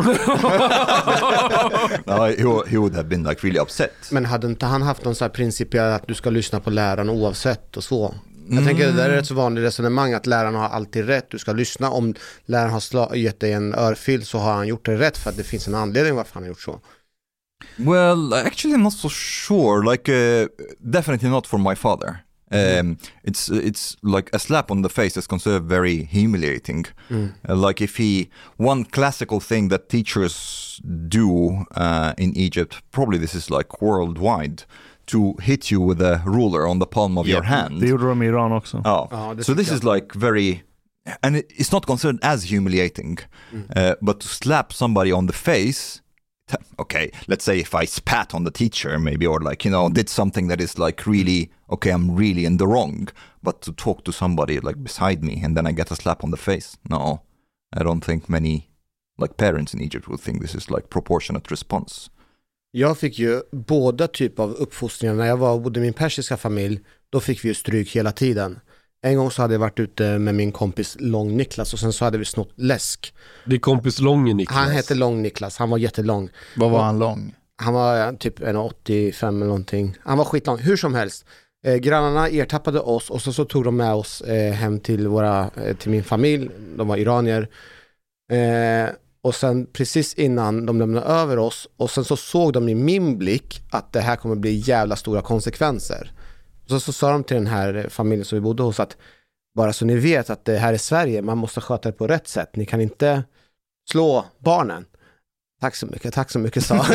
no, he, wo- he would have been like really upset. Men hade inte han haft någon sån här principiell att du ska lyssna på läraren oavsett och så? Jag tänker det där är ett så vanligt resonemang att läraren har alltid rätt. Du ska lyssna. Om läraren har sla- gett dig en örfil så har han gjort det rätt för att det finns en anledning varför han har gjort så. Well, actually, I'm not so sure. Like, uh, definitely not for my father. Um, it's it's like a slap on the face is considered very humiliating. Mm. Uh, like if he, one classical thing that teachers do uh, in Egypt, probably this is like worldwide, to hit you with a ruler on the palm of your hand. Det gjorde de i Iran också. Oh, Ja, det so tycker this jag. is like very, and it, it's not considered as humiliating, uh, but to slap somebody on the face, t- okay, let's say if I spat on the teacher maybe, or like, you know, did something that is like really, okay, I'm really in the wrong, but to talk to somebody like beside me and then I get a slap on the face, no, I don't think many like parents in Egypt would think this is like proportionate response. Jag fick ju båda typer av uppfostringar. När jag var och bodde i min persiska familj, då fick vi ju stryk hela tiden. En gång så hade jag varit ute med min kompis Lång Niklas och sen så hade vi snott läsk. Det är kompis Långe Niklas. Han hette Lång Niklas, han var jättelång. Vad var han lång? Han var eh, typ en åttiofem eller någonting. Han var skitlång, hur som helst. Eh, grannarna ertappade oss och så, så tog de med oss eh, hem till, våra, eh, till min familj. De var iranier. Eh, och sen precis innan de lämnade över oss och sen så såg de i min blick att det här kommer bli jävla stora konsekvenser. Och så, så sa de till den här familjen som vi bodde hos att bara så ni vet att det här är Sverige, man måste sköta det på rätt sätt. Ni kan inte slå barnen. Tack så mycket, tack så mycket, sa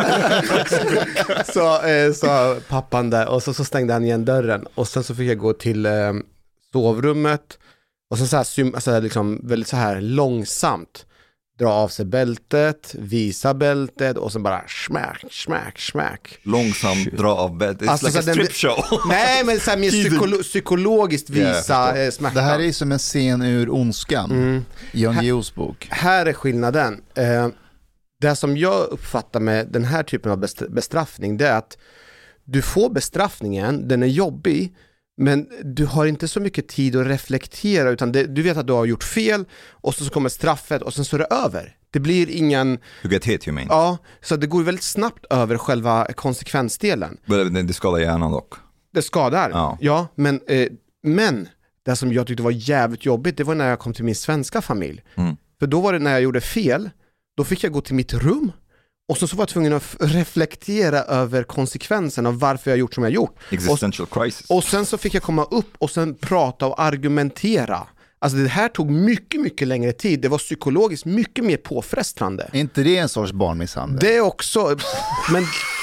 så, eh, sa pappan där. Och så, så stängde han igen dörren. Och sen så fick jag gå till eh, sovrummet. Och så, så här, sym- alltså, liksom, väldigt så här långsamt dra av sig bältet, visa bältet och sen bara smack, smack, smack. Långsamt dra av bed. It's Alltså, like a så den- strip show. Nej, men så här, mer psykolo- psykologiskt Ja, jag visa förstår. eh, smärta. Det här är som en scen ur Ondskan, Mm. Jan Guillous bok. Här är skillnaden. Eh, det som jag uppfattar med den här typen av best- bestraffning, det är att du får bestraffningen, den är jobbig, men du har inte så mycket tid att reflektera, utan det, du vet att du har gjort fel och så kommer straffet och sen så är det över. Det blir ingen, You get hit, you mean? ja, så det går väldigt snabbt över själva konsekvensdelen. Men det skadar hjärnan dock. Det skadar, Ja. ja, men, eh, men det som jag tyckte var jävligt jobbigt, det var när jag kom till min svenska familj. Mm. För då var det när jag gjorde fel, då fick jag gå till mitt rum och så, så var jag tvungen att f- reflektera över konsekvensen av varför jag gjort som jag gjort. Existential crisis. Och sen så fick jag komma upp och sen prata och argumentera. Alltså det här tog mycket, mycket längre tid. Det var psykologiskt mycket mer påfrestande. Är inte det en sorts barnmisshandel? Det är också, men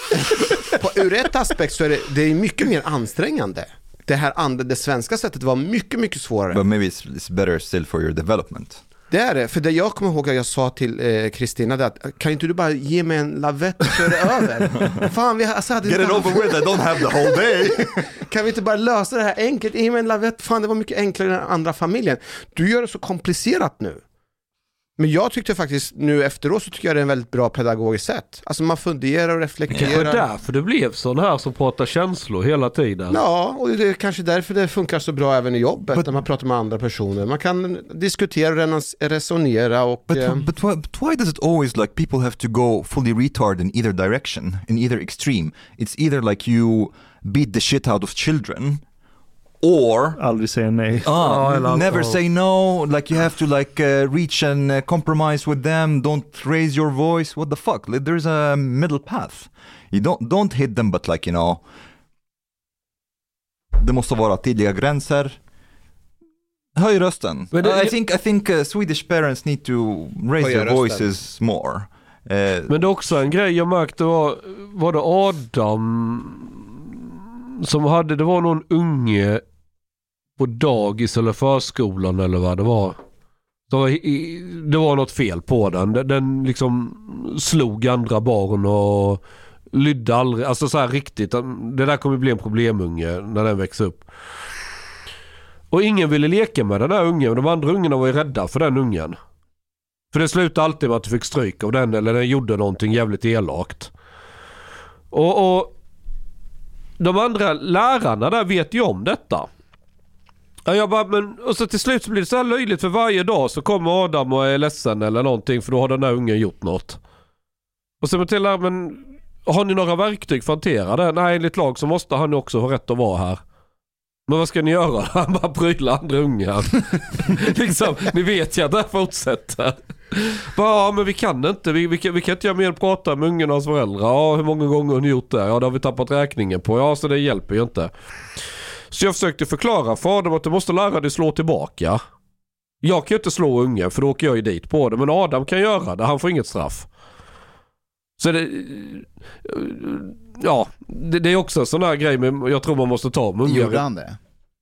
på, ur ett aspekt så är det, det är mycket mer ansträngande. Det här andra, det svenska sättet var mycket, mycket svårare. But maybe it's, it's better still for your development. Det är det, för det jag kommer ihåg att jag sa till Kristina eh, att kan inte du bara ge mig en lavett för det över? Fan, vi alltså, hade Get it over with, I don't have the whole day. Kan vi inte bara lösa det här enkelt? Ge mig en lavett, fan det var mycket enklare än den andra familjen. Du gör det så komplicerat nu. Men jag tyckte faktiskt nu efteråt så tycker jag det är en väldigt bra pedagogiskt sätt. Alltså man funderar och reflekterar. Det är därför det blev sån här som pratar känslor hela tiden. Ja, och det är kanske därför det funkar så bra även i jobbet but, när man pratar med andra personer. Man kan diskutera och resonera och... But, eh, but, why, but why does it always like people have to go fully retard in either direction, in either extreme? It's either like you beat the shit out of children or aldrig säga nej. Ah, Ja, eller- never ja. say no. Like you have to like uh, reach and uh, compromise with them. Don't raise your voice. What the fuck? Like, there's a middle path. You don't don't hit them, but like you know, det måste vara tydliga gränser. Höj rösten. Men det- Uh, I think I think uh, Swedish parents need to raise Höja their rösten. voices more. Uh, Men det är också en grej jag märkte var, var det Adam som hade, det var någon unge på dagis eller förskolan eller vad det var. Det var, det var något fel på den. Den, den liksom slog andra barn och lydde aldrig. Alltså så här riktigt. Det där kommer bli en problemunge när den växer upp. Och ingen ville leka med den där ungen. De andra ungarna var ju rädda för den ungen. För det slutade alltid med att du fick stryk av den eller den gjorde någonting jävligt elakt. Och, och de andra lärarna där vet ju om detta. Ja, jag bara, men, och så till slut så blir det så här löjligt för varje dag så kommer Adam och är ledsen eller någonting för då har den där ungen gjort något. Och så till här, men har ni några verktyg för att hantera det? Nej, enligt lag så måste han också ha rätt att vara här. Men vad ska ni göra? Han bara prylar andra ungar. liksom, ni vet ju att det här fortsätter. Bara, ja, men vi kan inte. Vi, vi, kan, vi kan inte göra mer än prata med ungen och hans föräldrar. Ja, hur många gånger har ni gjort det? Ja, det har vi tappat räkningen på. Ja, så det hjälper ju inte. Så jag försökte förklara för Adam att du måste lära dig slå tillbaka. Jag kan ju inte slå ungen för då åker jag ju dit på det. Men Adam kan göra det. Han får inget straff. Så det... Ja, det, det är också en sån här grej med, jag tror man måste ta med ungar. Gjorde han det?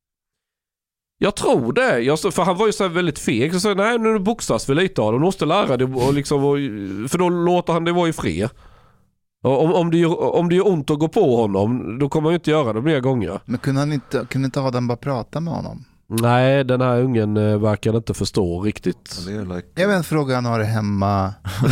Jag tror det. Jag, för han var ju så här väldigt feg. Så sa jag, nej, nu boxas vi lite av det. Du måste lära dig och liksom, och, för då låter han det vara i fred. Och om, om, det gör, om det gör ont att gå på honom, då kommer han ju inte göra det fler gånger. Men kunde han inte, kunde inte Adam bara prata med honom? Nej, den här ungen eh, verkar inte förstå riktigt. they're like, Jag vet inte, fråga han har det hemma.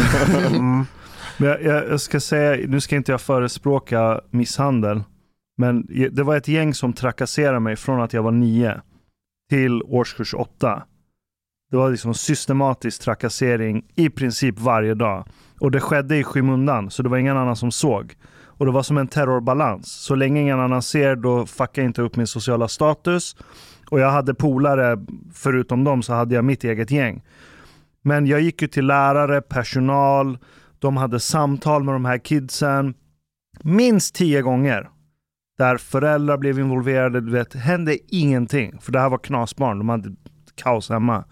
Mm. Men jag, jag, jag ska säga, nu ska inte jag förespråka misshandel, men det var ett gäng som trakasserade mig från att jag var nio till årskurs åtta. Det var liksom systematisk trakassering i princip varje dag. Och det skedde i skymundan, så det var ingen annan som såg. Och det var som en terrorbalans. Så länge ingen annan ser, då fuckar jag inte upp min sociala status. Och jag hade polare, förutom dem så hade jag mitt eget gäng. Men jag gick ju till lärare, personal, de hade samtal med de här kidsen. Minst tio gånger. Där föräldrar blev involverade, du vet, hände ingenting. För det här var knasbarn, de hade kaos hemma.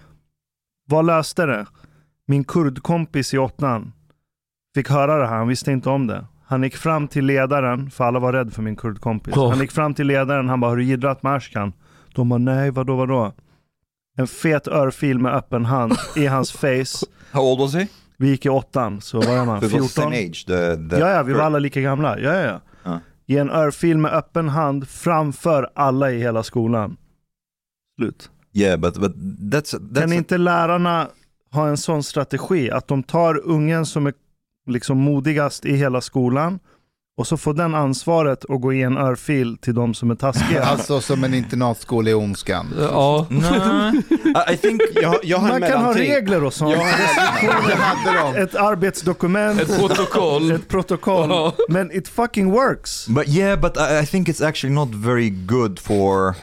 Vad löste det? Min kurdkompis i åttan fick höra det här, han visste inte om det. Han gick fram till ledaren, för alla var rädd för min kurdkompis. Oh. Han gick fram till ledaren, han bara, har du gidrat med Ashkan? De bara, nej, vadå, vadå? En fet örfil med öppen hand i hans face. how old was he? Vi gick i åttan, så var man It was the fjorton. same age. The, the Ja, ja, vi var alla lika gamla. Ja, ja, ja. Ja. Ge en örfil med öppen hand framför alla i hela skolan. Slut. Yeah, but but that's that's Kan inte lärarna ha en sån strategi att de tar ungen som är liksom modigast i hela skolan och så får den ansvaret att gå i en örfil till de som är taskiga? Alltså som en internatskola i Ondskan. Ja. No, I, I think Jag, jag har en Man kan ha mellanting. regler och sånt. Jag har, Det hade de. Ett arbetsdokument, Ett protokoll. ett protokoll. Ja. Men it fucking works. But yeah, but I, I think it's actually not very good for.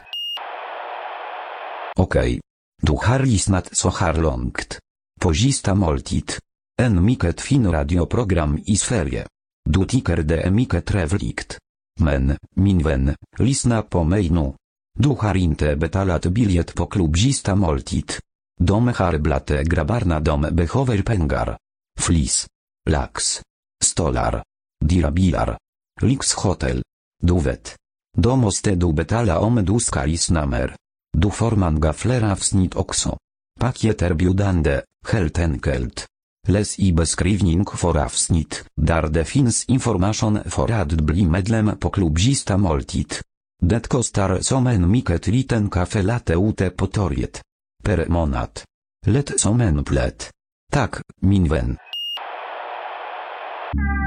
Okej. Du har lyssnat så här långt. På sista måltid. En mycket fin radioprogram i Sverige. Du tycker det är mycket trevligt. Men, min vän, lyssna på mig nu. Du har inte betalat biljett på klubb sista måltid. De har blate grabbarna, de behöver pengar. Flis. Lax. Stolar. Dirabilar. Lix hotel. Duvet. Do måste du betala om du ska lyssna mer. Du får många fler avsnitt också. Paket erbjudande, helt enkelt. Läs i beskrivning för avsnitt, där det finns information för att bli medlem på Klubbista Måltid. Det kostar som en mycket liten kaffelatte ute på torget. Per månad. Lätt som en plätt. Tack, min vän.